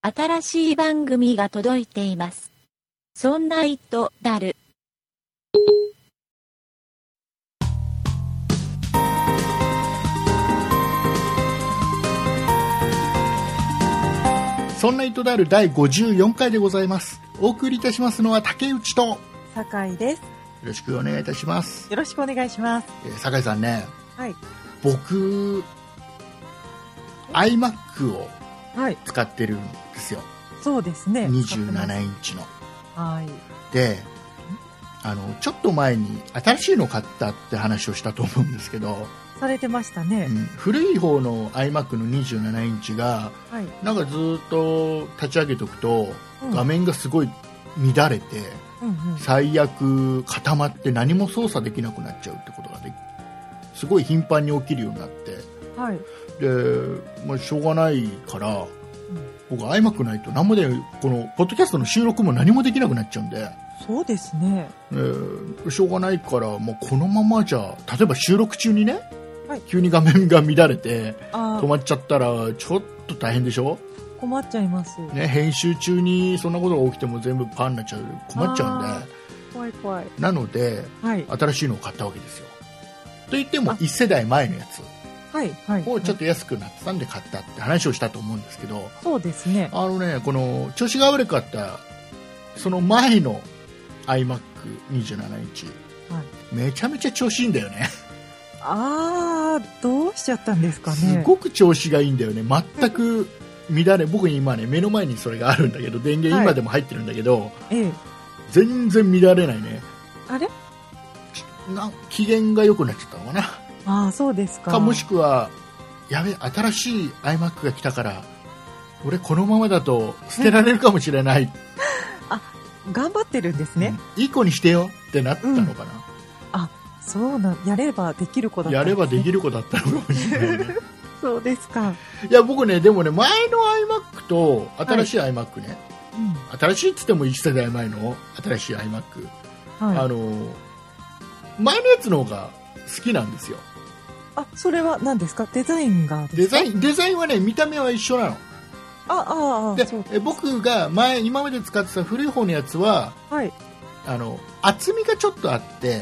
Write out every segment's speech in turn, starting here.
新しい番組が届いています。そんな糸だる。 そんな糸である第54回でございます。お送りいたしますのは竹内と酒井です。よろしくお願いいたします。 よろしくお願いします。 酒井さんね、 はい、 僕 iMac をはい使ってるんですよ。 そうですね。 27インチの。 はい。 で、ちょっと前に新しいの買ったって話をしたと思うんですけど、 されてましたね。 古い方の iMac の27インチが、 はい、 なんかずっと立ち上げておくと、画面がすごい乱れて、最悪固まって何も操作できなくなっちゃうってことがすごい頻繁に起きるようになって、 はい、 で、しょうがないから、僕 iMac ないと何もでこのポッドキャストの収録も何もできなくなっちゃうんで。 そうですね。 しょうがないから、もうこのままじゃ例えば収録中にね、 はい、 急に画面が乱れて止まっちゃったらちょっと大変でしょ。 困っちゃいます、 ね、編集中にそんなことが起きても全部パンになっちゃう、困っちゃうんで、 怖い怖い。 なので、 はい、 新しいのを買ったわけですよ。といっても1世代前のやつをちょっと安くなってたんで買ったって話をしたと思うんですけど、 そうですね。 この調子が悪かったその前の iMac27 インチ、はい、めちゃめちゃ調子いいんだよね。 どうしちゃったんですかね。 すごく調子がいいんだよね。全く乱れ、僕今ね目の前にそれがあるんだけど、電源今でも入ってるんだけど、全然乱れないね。 あれ機嫌が良くなっちゃったのかな。 そうですか。 もしくはやべ、新しい iMac が来たから俺このままだと捨てられるかもしれない、 頑張ってるんですね、 いい子にしてよってなったのかな、 そうやればできる子だったんですね。 やればできる子だったのかもしれないね。 そうですか。 いや僕ね、でもね、前の iMac と新しい iMac ね、新しいっつっても1世代前の新しい iMac、前のやつの方が好きなんですよ。 それは何ですか？デザインがデザインはね、見た目は一緒なの。で僕が今まで使ってた古い方のやつは、厚みがちょっとあって、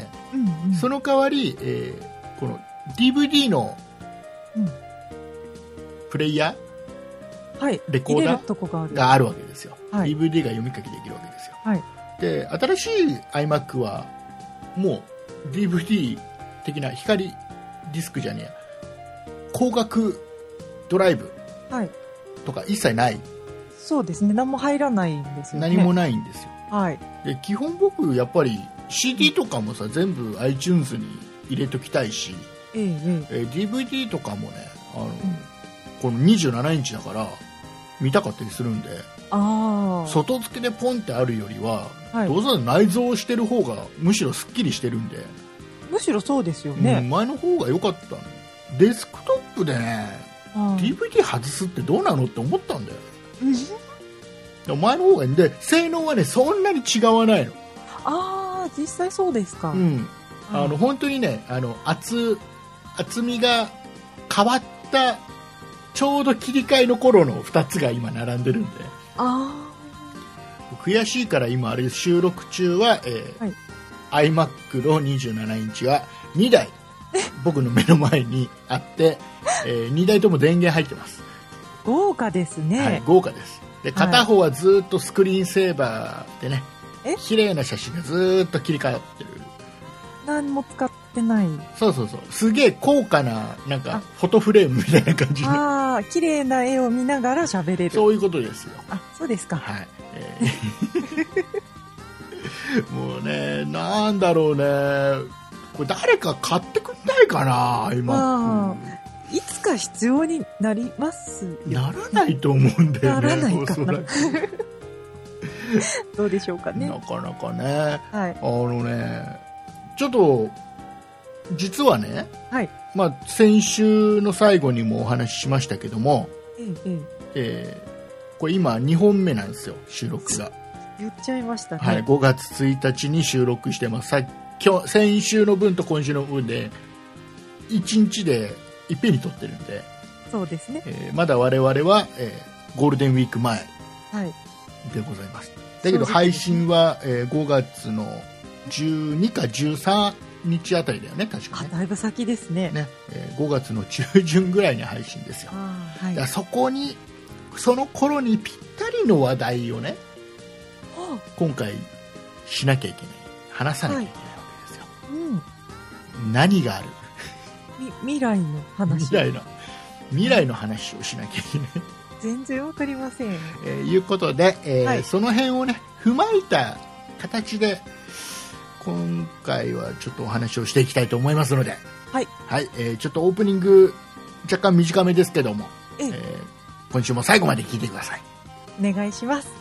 その代わり、この DVD のプレイヤー、レコーダーがあるわけですよ、DVD が読み書きできるわけですよ、で新しい iMac はもう DVD 的な光ディスクじゃねえ、光学ドライブとか一切ない、 そうですね。何も入らないんですよね。 何もないんですよ、で基本僕やっぱり CD とかもさ、全部 iTunes に入れときたいし、DVD とかもね、この27インチだから見たかったりするんで、外付けでポンってあるよりは、どうせ内蔵してる方がむしろすっきりしてるんで、 むしろそうですよね、 前の方が良かったの。デスクトップでね、DVD 外すってどうなのって思ったんだよ、前の方がいいんで、性能はねそんなに違わないの。 実際そうですか。 本当にね、厚みが変わったちょうど切り替えの頃の2つが今並んでるんで、悔しいから今あれ収録中は、iMac の27インチは2台僕の目の前にあって、2台とも電源入ってます。 豪華ですね。 豪華です。で片方はずっとスクリーンセーバーでね、綺麗な写真がずっと切り替わってる。 何も使ってない。 そうすげえ高価ななんかフォトフレームみたいな感じで、綺麗な絵を見ながら喋れる。 そういうことですよ。 そうですか。 もうね、なんだろうね、これ誰か買ってくんないかな今。 いつか必要になりますよ。 ならないと思うんだよね。 ならないかな。どうでしょうかね。 なかなかね、ちょっと実はね、先週の最後にもお話ししましたけども、これ今2本目なんですよ、収録が。 言っちゃいましたね。 5月1日に収録してます。先週の分と今週の分で1日でいっぺんに撮ってるんで。 そうですね。 まだ我々は、ゴールデンウィーク前でございます。だけど配信は、5月の12か13日あたりだよね、確かね。 だいぶ先ですね。 5月の中旬ぐらいに配信ですよ。だからその頃にぴったりの話題をね、今回しなきゃいけない、話さなきゃいけないわけですよ。何がある？ 未来の話。 未来の話をしなきゃいけない。 全然わかりません。 いうことで、その辺をね踏まえた形で今回はちょっとお話をしていきたいと思いますので、ちょっとオープニング若干短めですけども、今週も最後まで聞いてください。 お願いします。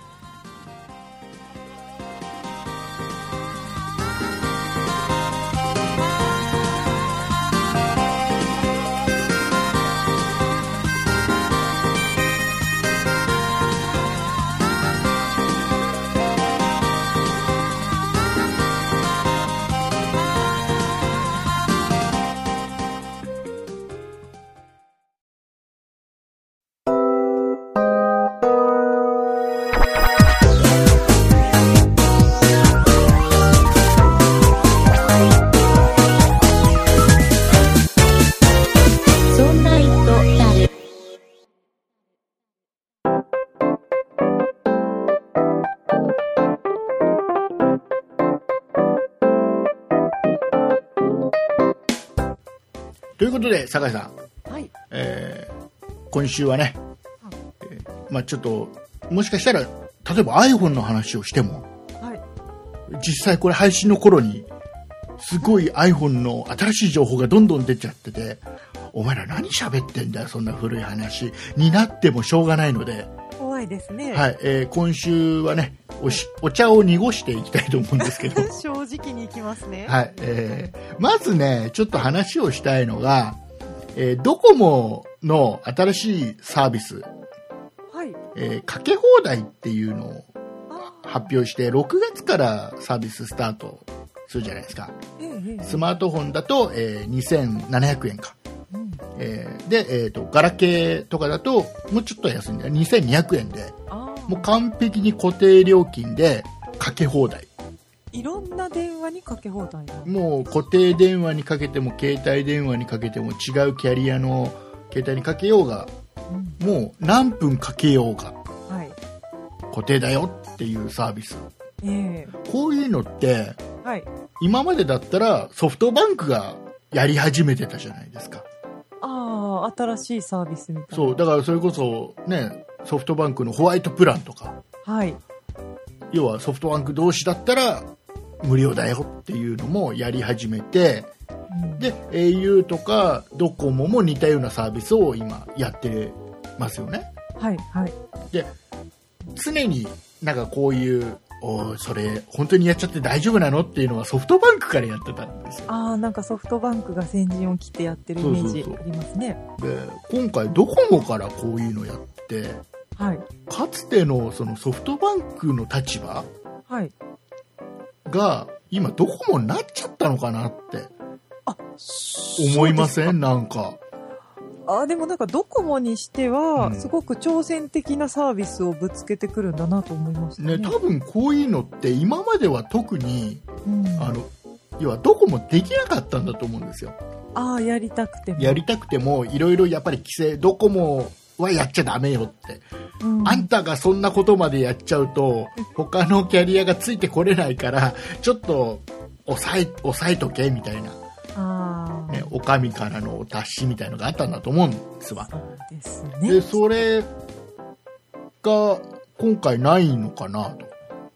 ということで酒井さん、今週はね、ちょっともしかしたら例えば iPhone の話をしても、実際これ配信の頃にすごい iPhone の新しい情報がどんどん出ちゃってて、お前ら何喋ってんだよそんな古い話になってもしょうがないので、 怖いですね。 今週はねお茶を濁していきたいと思うんですけど正直にいきますね。 まずねちょっと話をしたいのが、ドコモの新しいサービス、かけ放題っていうのを発表して6月からサービススタートするじゃないですか。スマートフォンだと、2700円か、で、ガラケーとかだともうちょっと安いんだよ、2200円でもう完璧に固定料金でかけ放題。 いろんな電話にかけ放題。 もう固定電話にかけても携帯電話にかけても違うキャリアの携帯にかけようが、もう何分かけようが、固定だよっていうサービス、こういうのって、今までだったらソフトバンクがやり始めてたじゃないですか。 新しいサービスみたいな。 そうだからそれこそねソフトバンクのホワイトプランとか、要はソフトバンク同士だったら無料だよっていうのもやり始めて、で au とかドコモも似たようなサービスを今やってますよね。で常になんかこういうそれ本当にやっちゃって大丈夫なのっていうのはソフトバンクからやってたんですよ。 なんかソフトバンクが先陣を切ってやってるイメージありますね。 で今回ドコモからこういうのやって、かつてのそのソフトバンクの立場、が今ドコモになっちゃったのかなって思いません？なんかでもなんかドコモにしてはすごく挑戦的なサービスをぶつけてくるんだなと思いましたね。 多分こういうのって今までは特に、要はドコモできなかったんだと思うんですよ。 やりたくてもいろいろやっぱり規制、ドコモはやっちゃダメよって、あんたがそんなことまでやっちゃうと他のキャリアがついてこれないからちょっと抑えとけみたいな、お上からのお達しみたいのがあったんだと思うんですわ。 そうですね。 でそれが今回ないのかなと。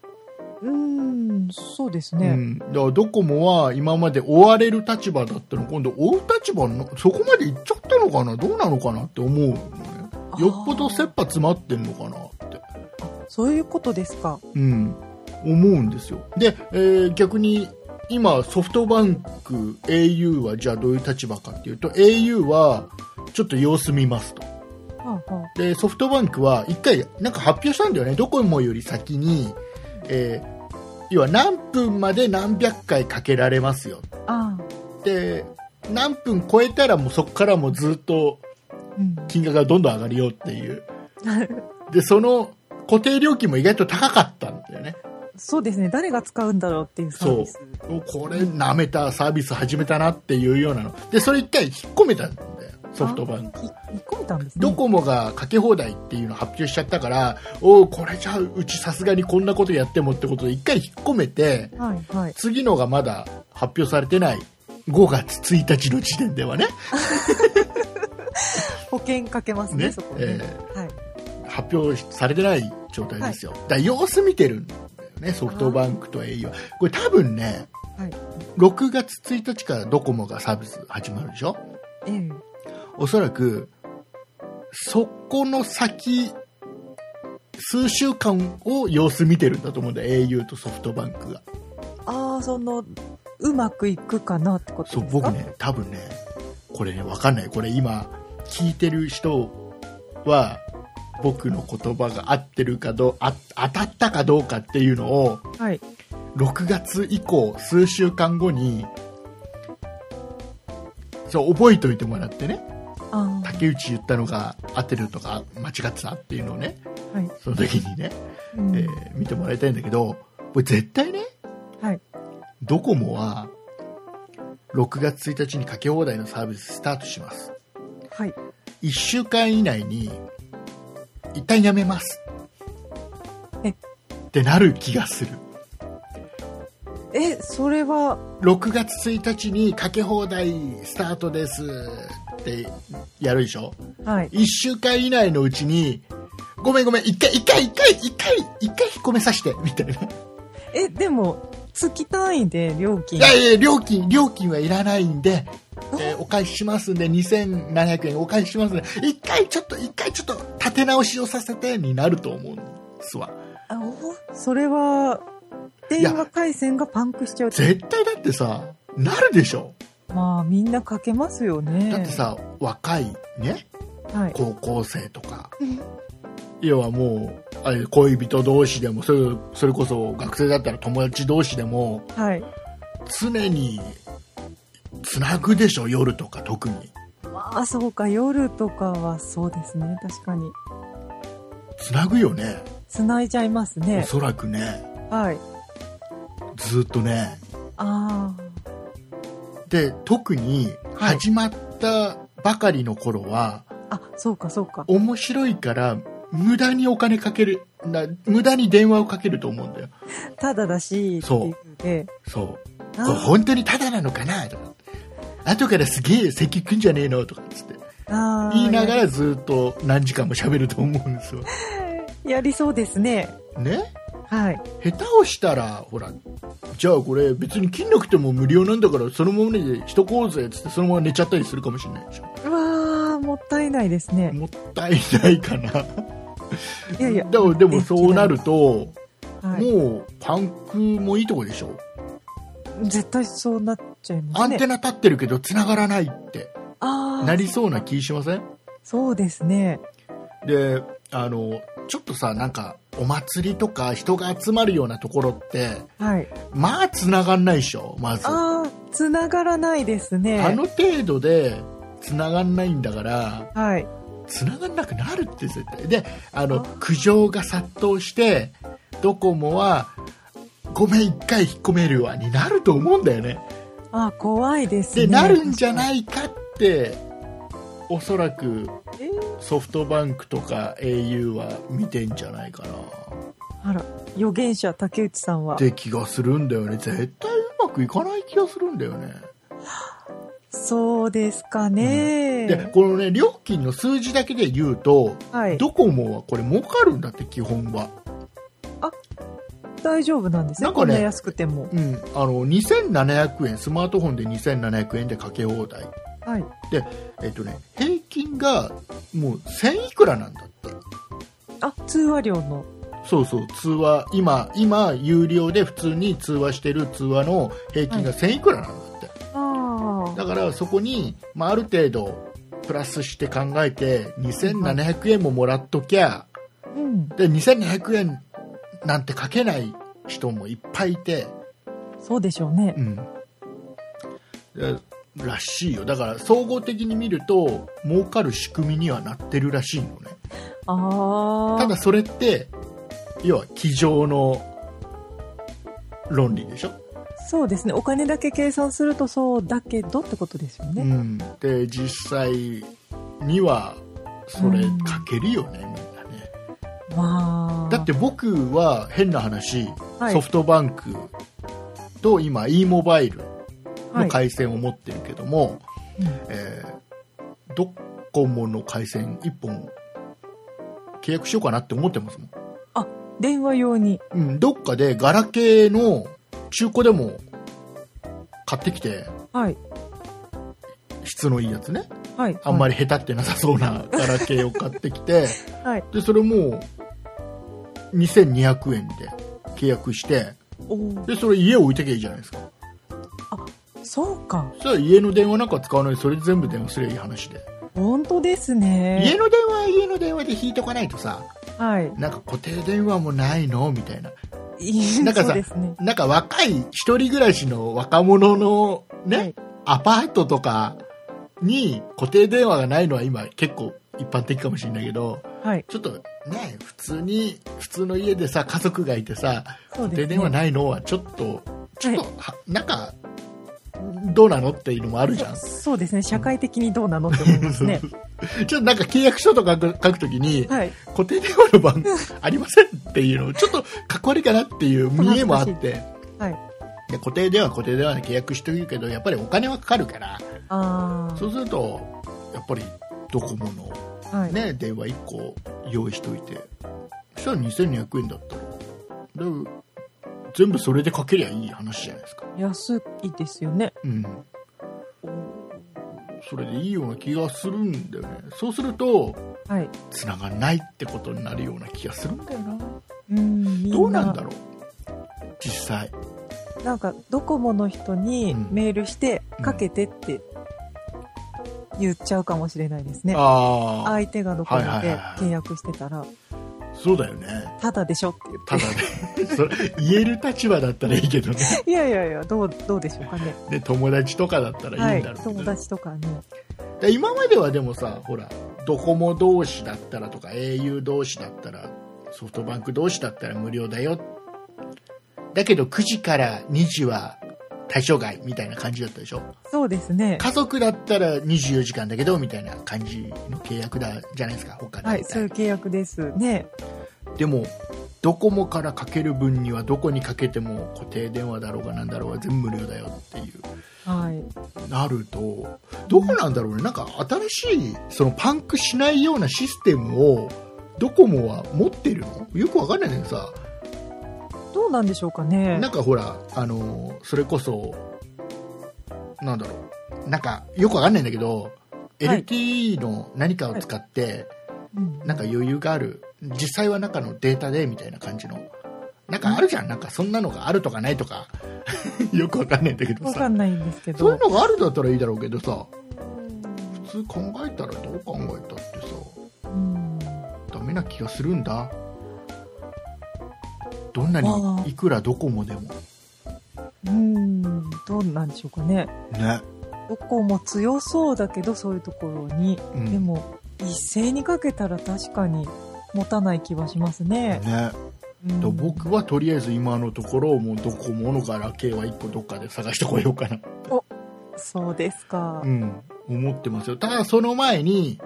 そうですね。 だからドコモは今まで追われる立場だったの今度追う立場のそこまで行っちゃったのかな、どうなのかなって思うのね。よっぽど切羽詰まってんのかなって。 そういうことですか。 思うんですよ。で、逆に今ソフトバンク au はじゃあどういう立場かっていうと au はちょっと様子見ますと。でソフトバンクは一回なんか発表したんだよね。ドコモより先に、要は何分まで何百回かけられますよ。で何分超えたらもうそこからもずっと金額がどんどん上がるよっていう、でその固定料金も意外と高かったんだよね。 そうですね。誰が使うんだろうっていうサービス。 そう。これ舐めたサービス始めたなっていうようなの。で、それ一回引っ込めたんだよ。ソフトバンク。 引っ込めたんですね。 ドコモがかけ放題っていうのを発表しちゃったから、これじゃあうちさすがにこんなことやってもってことで一回引っ込めて、 はいはい、 次のがまだ発表されてない5月1日の時点ではね。 保険かけますね、そこね、 はい。発表されてない状態ですよ。はい、だから様子見てるんだよね、ソフトバンクと au は。これ多分ね、はい、6月1日からドコモがサービス始まるでしょ。おそらくそこの先数週間を様子見てるんだと思うんだよ、 au とソフトバンクが。 うまくいくかなってことですか。 そう、僕ね、多分ね、これね、分かんない。これ今聞いてる人は僕の言葉が合ってるか当たったかどうかっていうのを、はい、6月以降数週間後にそう覚えておいてもらってね、竹内言ったのが合ってるとか間違ってたっていうのをね、はい、その時にね、見てもらいたいんだけど、これ絶対ね、はい、ドコモは6月1日にかけ放題のサービススタートします、はい、1週間以内に一旦やめますってなる気がする。 それは 6月1日にかけ放題スタートですってやるでしょ、はい、1週間以内のうちにごめん一回引っ込めさせてみたいな。 でも月単位で料金。 いや料金はいらないんで、お返ししますんで2700円お返ししますんで一回ちょっと立て直しをさせてになると思うんですわ。 それは電話回線がパンクしちゃう。 絶対だってさなるでしょ。 まあみんなかけますよね。 だってさ若いね、はい、高校生とか要はもう恋人同士でもそれこそ学生だったら友達同士でも、はい、常につなぐでしょ、夜とか特に。 まあそうか、夜とかはそうですね、確かにつなぐよね。 つないじゃいますね、 おそらくね。 はい、ずっとね。で特に始まったばかりの頃は、 そうか面白いから無駄にお金かける、無駄に電話をかけると思うんだよ。 ただだしっていうで、 そうこれ本当にただなのかなとか、後からすげえ席くんじゃねえのとかつって言いながらずっと何時間も喋ると思うんですよ。 やりそうですね。 ね、 はい。 下手をしたらほら、じゃあこれ別に切んなくても無料なんだからそのままでしとこうぜっつってそのまま寝ちゃったりするかもしれないでしょ。 うわー、もったいないですね。 もったいないかな。 いやでもそうなると、はい、もうパンクもいいとこでしょ。 絶対そうなっちゃいますね。 アンテナ立ってるけど繋がらないってなりそうな気しません？ そうですね。 でちょっとさ、なんかお祭りとか人が集まるようなところって、はい、まあ繋がんないでしょ。まず繋がらないですね。 あの程度で繋がんないんだから、 はい、 繋がんなくなるって絶対で、苦情が殺到してドコモはごめん一回引っ込めるわになると思うんだよね。 怖いですね。 でなるんじゃないかっておそらくソフトバンクとか au は見てんじゃないかな。 あら、預言者竹内さんはって気がするんだよね。絶対うまくいかない気がするんだよね。 そうですかね、 でこのね料金の数字だけで言うと、はい、ドコモはこれ儲かるんだって。基本は大丈夫なんですね。こんな安くても、 2700円スマートフォンで2700円でかけ放題、はい、で平均がもう1000いくらなんだって。 通話料の。 そう通話今有料で普通に通話してる通話の平均が1000いくらなんだって、はい、だからそこに、ある程度プラスして考えて2700円ももらっときゃ、で2700円なんてかけない人もいっぱいいて。 そうでしょうね、 らしいよ。だから総合的に見ると儲かる仕組みにはなってるらしいのね。ただそれって要は机上の論理でしょ。 そうですね。お金だけ計算するとそうだけどってことですよね。 で実際にはそれかけるよね、みんなね。 まあ、 だって僕は変な話、ソフトバンクと今 e モバイルの回線を持ってるけども、ドコモの回線1本契約しようかなって思ってますもん。 あ、電話用に。 どっかでガラケーの中古でも買ってきて、質のいいやつね、あんまり下手ってなさそうなガラケーを買ってきて、でそれも2200円で契約して、でそれ家置いてきゃいいじゃないですか。 あ、そうか。 それは家の電話なんか使わないでそれ全部電話すればいい話で。 本当ですね。 家の電話で引いとかないとさ、なんか固定電話もないのみたいな。なんかさ、なんか若い一人暮らしの若者のね、アパートとかに固定電話がないのは今結構一般的かもしれないけど、ちょっとね、普通の家でさ、家族がいてさ、固定電話ないのはちょっとなんかどうなのっていうのもあるじゃん。 そうですね。社会的にどうなのって思いますね。 ちょっとなんか契約書とか書くときに、固定電話の番号ありませんっていうのちょっとかっこ悪いかなっていう見栄もあって、で固定電話で契約してるけどやっぱりお金はかかるから、そうするとやっぱりドコモの、電話1個用意しておいて、そしたら2200円だったら全部それでかけりゃいい話じゃないですか。 安いですよね。 それでいいような気がするんだよね。そうすると、繋がんないってことになるような気がするんだよな。どうなんだろう実際。 なんかドコモの人にメールしてかけてって言っちゃうかもしれないですね。相手がドコモで契約してたら。 そうだよね。 ただでしょって言って。 ただね。それ言える立場だったらいいけどね。 いや、どうでしょうかね。 で、友達とかだったらいいんだろうけど、 友達とかね。 今まではでもさ、ほら、ドコモ同士だったらとか、au 同士だったら、ソフトバンク同士だったら無料だよ。だけど9時から2時は対象外みたいな感じだったでしょ。 そうですね。 家族だったら24時間だけどみたいな感じの契約だじゃないですか。他で。 そういう契約ですね。 でもドコモからかける分にはどこにかけても固定電話だろうがなんだろうが全部無料だよっていう、なるとどうなんだろうね。なんか新しいそのパンクしないようなシステムをドコモは持ってるのよくわかんないけどさ。 どうなんでしょうかね。 なんかほらそれこそなんだろう、なんかよくわかんないんだけど、LTE の何かを使って、なんか余裕がある、実際は中のデータでみたいな感じのなんかあるじゃん、なんかそんなのがあるとかないとかよくわかんないんだけどさ。 わかんないんですけど、 そういうのがあるんだったらいいだろうけどさ、普通考えたらどう考えたってさ、ダメな気がするんだ。どんなにいくらドコモでも。 どうなんでしょうかね。ドコモ強そうだけどそういうところに、でも一斉にかけたら確かに持たない気はしますね。僕はとりあえず今のところもうドコモのガラケーは1個どっかで探してこようかな。そうですか。思ってますよ。ただその前に、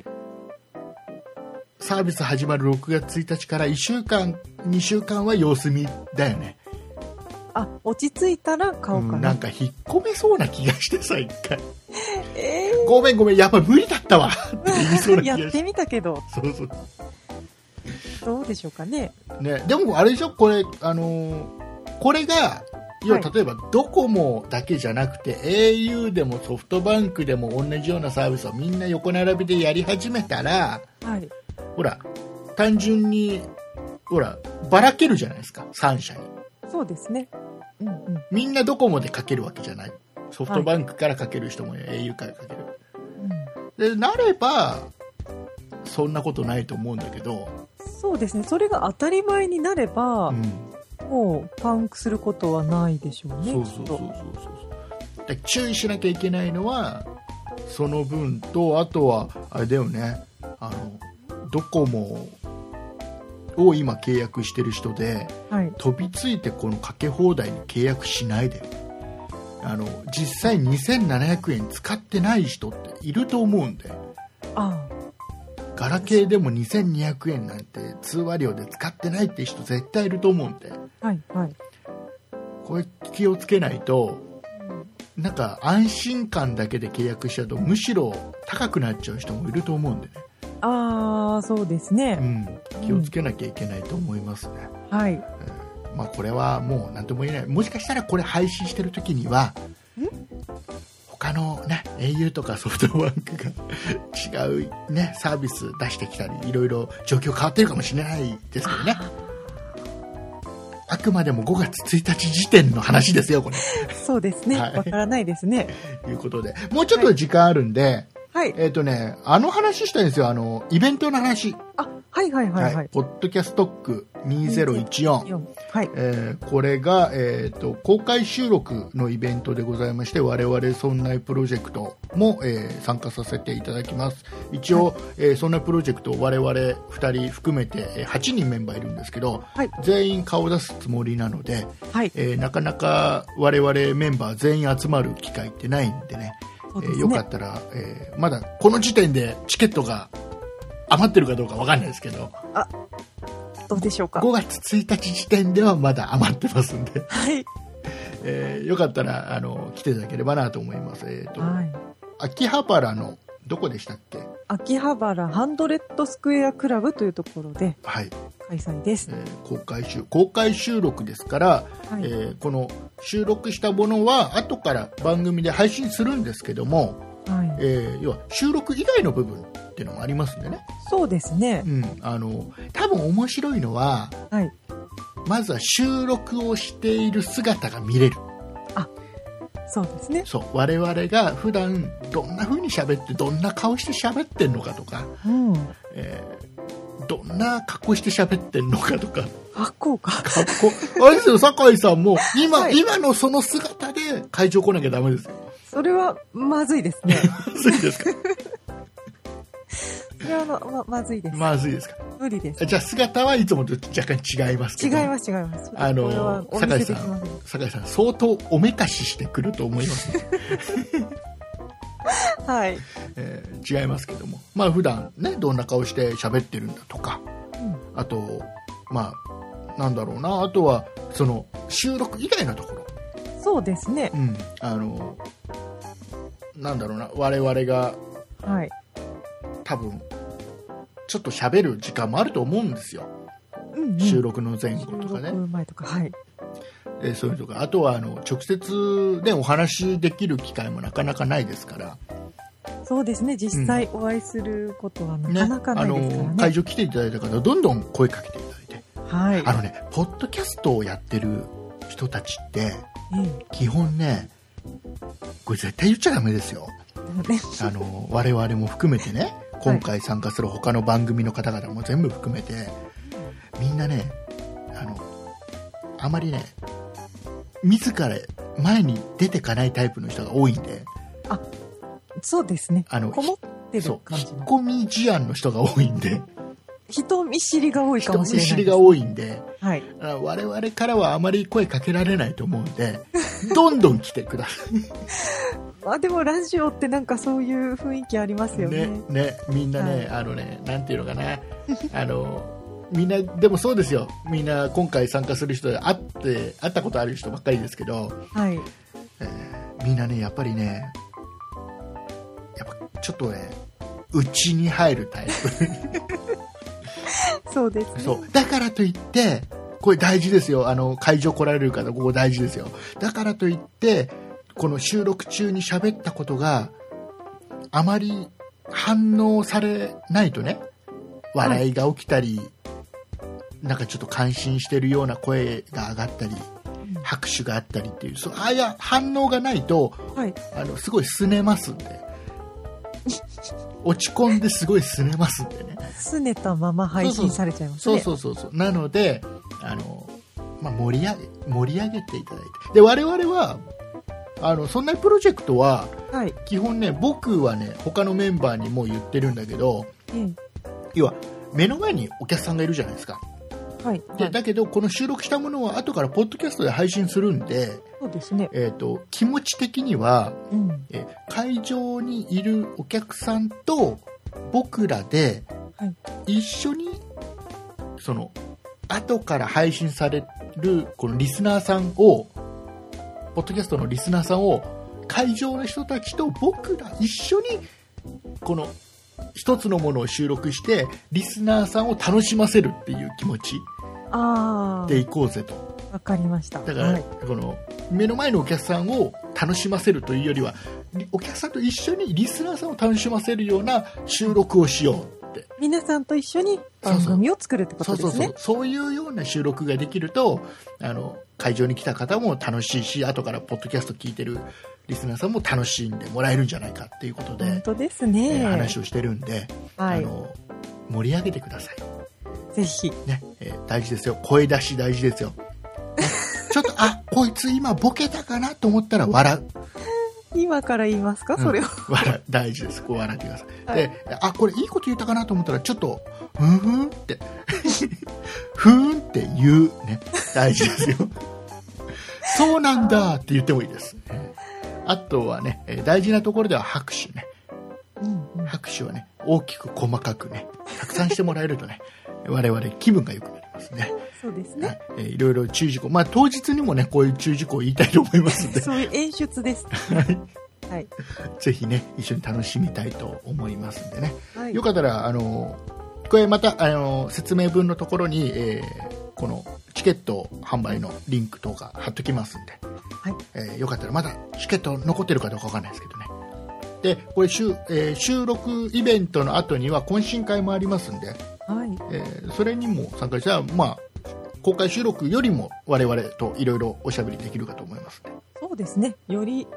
サービス始まる6月1日から1週間2週間は様子見だよね。落ち着いたら買おうかな。なんか引っ込めそうな気がしてさ、一回。ごめん、やっぱ無理だったわって言いそうな気がして。やってみたけど。そう。どうでしょうかね。でもあれでしょ、これ、これが、例えばドコモだけじゃなくて au でもソフトバンクでも同じようなサービスをみんな横並びでやり始めたら、ほら、単純に、ほら、ばらけるじゃないですか、3社に。そうですね。みんなドコモでかけるわけじゃない。ソフトバンクからかける人も au からかける。で、なれば、そんなことないと思うんだけど。そうですね。それが当たり前になれば、もうパンクすることはないでしょうね。そう注意しなきゃいけないのはその分と、あとはあれだよね、ドコモを今契約してる人で、飛びついてこのかけ放題に契約しないで、実際2700円使ってない人っていると思うんで、ガラケーでも2200円なんて通話料で使ってないって人絶対いると思うんで、これ気をつけないと、なんか安心感だけで契約しちゃうとむしろ高くなっちゃう人もいると思うんでね。 そうですね、 気をつけなきゃいけないと思いますね。これはもう何とも言えない。もしかしたらこれ配信してる時には他のね au とかソフトバンクが違うねサービス出してきたり、いろいろ状況変わってるかもしれないですけどね。あくまでも5月1日時点の話ですよ、これ。 そうですね。わからないですね。 ということで、もうちょっと時間あるんで、話したいんですよ、イベントの話。ポッドキャストック2014。これが、公開収録のイベントでございまして、我々そんないプロジェクトも、参加させていただきます。一応、そんないプロジェクト我々2人含めて8人メンバーいるんですけど、全員顔出すつもりなので、なかなか我々メンバー全員集まる機会ってないんでね、よかったら、まだこの時点でチケットが余ってるかどうかわかんないですけど、 どうでしょうか。 5月1日時点ではまだ余ってますんで、よかったら来ていただければなと思います。秋葉原のどこでしたっけ？ 秋葉原ハンドレッドスクエアクラブというところで開催です。 公開収録ですから、この収録したものは後から番組で配信するんですけども、要は収録以外の部分っていうのもありますんでね。 そうですね。 多分面白いのは、まずは収録をしている姿が見れる。 そうですね。 我々が普段どんな風に喋ってどんな顔して喋ってんのかとか、どんな格好して喋ってんのかとか。 格好あれですよ、酒井さんも今のその姿で会場来なきゃダメですよ。 それはまずいですね。 まずいですか？ それはまずいです。 まずいですか？ 無理です。 じゃあ姿はいつもと若干違いますけど。 違います。 酒井さん相当おめかししてくると思いますね。違いますけども、普段ねどんな顔して喋ってるんだとか、あとなんだろうな、あとはその収録以外のところ。 そうですね。 なんだろうな、我々が多分ちょっと喋る時間もあると思うんですよ。収録の前後とかね。 前とか、 そういうとか、あとは直接ねお話できる機会もなかなかないですから。 そうですね。実際お会いすることはなかなかないですからね。 会場来ていただいた方どんどん声かけていただいて、ポッドキャストをやってる人たちって、基本ね、これ絶対言っちゃダメですよ。我々も含めてね、今回参加する他の番組の方々も全部含めて、みんなね、あまりね、自ら前に出てかないタイプの人が多いんで。 そうですね。こもってる感じ。 引っ込み思案の人が多いんで。 人見知りが多いかもしれない。 人見知りが多いんで、我々からはあまり声かけられないと思うんで、どんどん来てください。 でもラジオってなんかそういう雰囲気ありますよね。 みんなね、なんていうのかな、みんなでもそうですよ。みんな今回参加する人で会ったことある人ばっかりですけど、みんなねやっぱりね、ちょっとね内に入るタイプ。 そうですね。 だからといってこれ大事ですよ。会場来られる方ここ大事ですよ。だからといってこの収録中に喋ったことがあまり反応されないとね、笑いが起きたり、なんかちょっと感心してるような声が上がったり、拍手があったりっていう、反応がないと、すごい拗ねますんで。落ち込んですごい拗ねますんでね。 拗ねたまま配信されちゃいますね。 そうなので盛り上げていただいて、で我々はそんなプロジェクトは、基本ね、僕はね他のメンバーにも言ってるんだけど、要は目の前にお客さんがいるじゃないですか。 はい、 でだけどこの収録したものは後からポッドキャストで配信するんで、 そうですね、 気持ち的には、会場にいるお客さんと僕らで一緒にその後から配信されるこのリスナーさんを、ポッドキャストのリスナーさんを会場の人たちと僕ら一緒にこの一つのものを収録してリスナーさんを楽しませるっていう気持ちでいこうぜと。 わかりました。 だから、この目の前のお客さんを楽しませるというよりは、お客さんと一緒にリスナーさんを楽しませるような収録をしようって、 皆さんと一緒に番組を作るってことですね。 そういうような収録ができると、会場に来た方も楽しいし、後からポッドキャスト聞いてるリスナーさんも楽しんでもらえるんじゃないかっていうことで、 本当ですね、 話をしてるんで、盛り上げてください。 ぜひ、 ね、大事ですよ。声出し大事ですよ。ちょっとこいつ今ボケたかなと思ったら笑う。 今から言いますか、それを。 笑う、大事です。こう笑ってください。で、これいいこと言ったかなと思ったらちょっとふーんってふーんって言うね、大事ですよ。そうなんだって言ってもいいです。あとはね、大事なところでは拍手ね。拍手はね、大きく細かくね、たくさんしてもらえるとね、我々気分が良くなりますね。 そうですね。 いろいろ注意事項、当日にもね、こういう注意事項を言いたいと思いますので。 そういう演出です。はい。 ぜひね、一緒に楽しみたいと思いますんでね。はい、よかったら、これまた、説明文のところに、このチケット販売のリンクとか貼っときますんで、はい、よかったらまだチケット残ってるかどうかわかんないですけどね。で、これ収録イベントの後には懇親会もありますんで、はい、それにも参加したら、公開収録よりも我々といろいろおしゃべりできるかと思いますね。 そうですね。より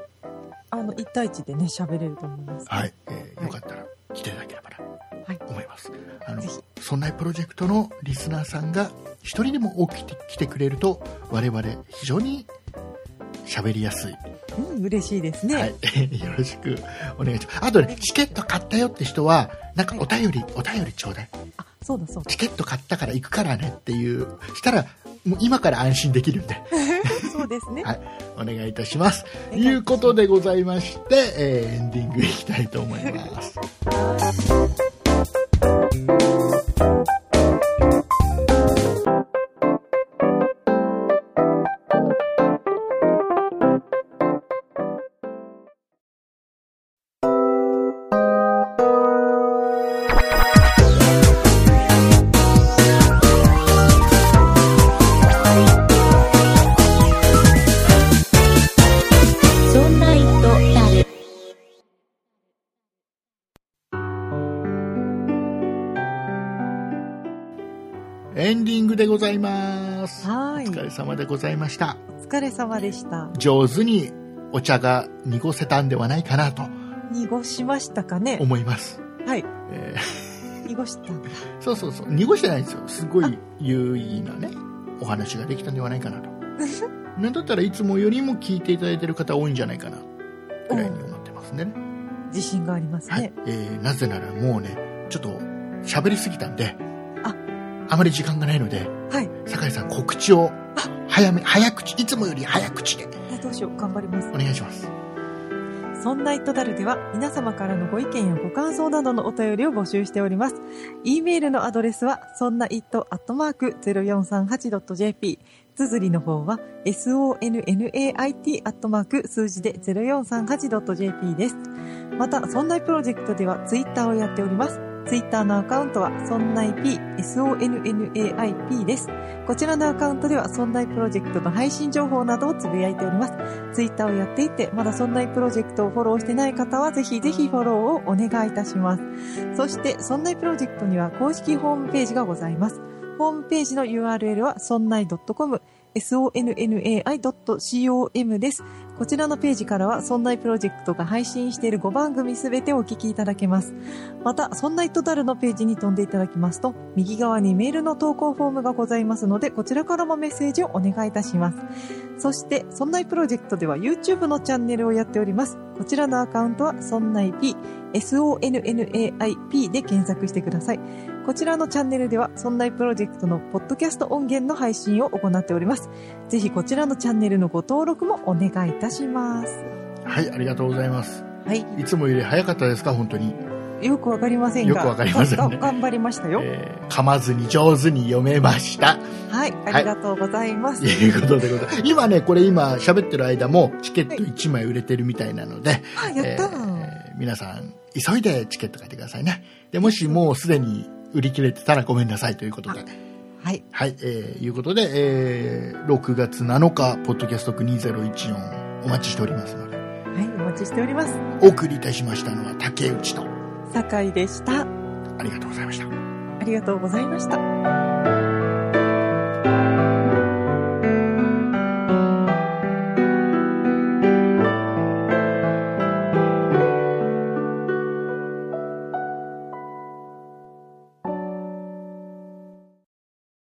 1対1でね喋れると思います、ね。 はい、よかったら来ていただければなと思います。そんなプロジェクトのリスナーさんが一人でも多く来てくれると我々非常に喋りやすい。 嬉しいですね。 はい、よろしくお願いします。あとね、チケット買ったよって人はなんかお便りちょうだい。 そうだそうだ。 チケット買ったから行くからねっていうしたらもう今から安心できるんでそうですね。 はい、お願いいたします。ということでございまして、エンディングいきたいと思います。エンディングでございます。 はい。 お疲れ様でございました。 お疲れ様でした。 上手にお茶が濁せたんではないかなと。 濁しましたかね。 思います。 はい。濁したんだ。 そう。濁してないんですよ。すごい有意義なね、お話ができたんではないかなと。なんだったらいつもよりも聞いていただいている方多いんじゃないかな、くらいに思ってますんでね。 自信がありますね。 はい。なぜならもうね、ちょっと喋りすぎたんで、あまり時間がないので、 はい、 酒井さん告知を早口、いつもより早口で。 どうしよう、頑張ります。 お願いします。 そんなイットダルでは皆様からのご意見やご感想などのお便りを募集しております。e メールのアドレスはそんな it@0438.jp、 綴りの方は sonnait@ 数字で 0438.jp です。またそんないプロジェクトではツイッターをやっております。ツイッターのアカウントはそんない P、 SONNAIP です。こちらのアカウントではそんないプロジェクトの配信情報などをつぶやいております。ツイッターをやっていてまだそんないプロジェクトをフォローしてない方はぜひぜひフォローをお願いいたします。そしてそんないプロジェクトには公式ホームページがございます。ホームページの URL はそんない .com、sonnai.com です。 こちらのページからはそんないプロジェクトが配信している5番組すべてお聞きいただけます。また、そんないとだるのページに飛んでいただきますと、右側にメールの投稿フォームがございますので、こちらからもメッセージをお願いいたします。そして、そんないプロジェクトでは YouTube のチャンネルをやっております。こちらのアカウントはそんない P、SONNAIP で検索してください。こちらのチャンネルでは、そんないプロジェクトのポッドキャスト音源の配信を行っております。ぜひこちらのチャンネルのご登録もお願いいたします。 はい、ありがとうございます。 はい。 いつもより早かったですか、本当に。 よくわかりませんが。 よくわかりませんね。 頑張りましたよ。 噛まずに上手に読めました。 はい、ありがとうございます。 ということでございます。今ね、これ今喋ってる間もチケット1枚売れてるみたいなので、 はい、やった皆さん急いでチケット買ってくださいね。で、もしもうすでに売り切れてたらごめんなさいということで。 はい。 はい、いうことで、6月7日、ポッドキャスト区2014お待ちしておりますので。 はい、お待ちしております。 お送りいたしましたのは竹内と酒井でした。 ありがとうございました。 ありがとうございました。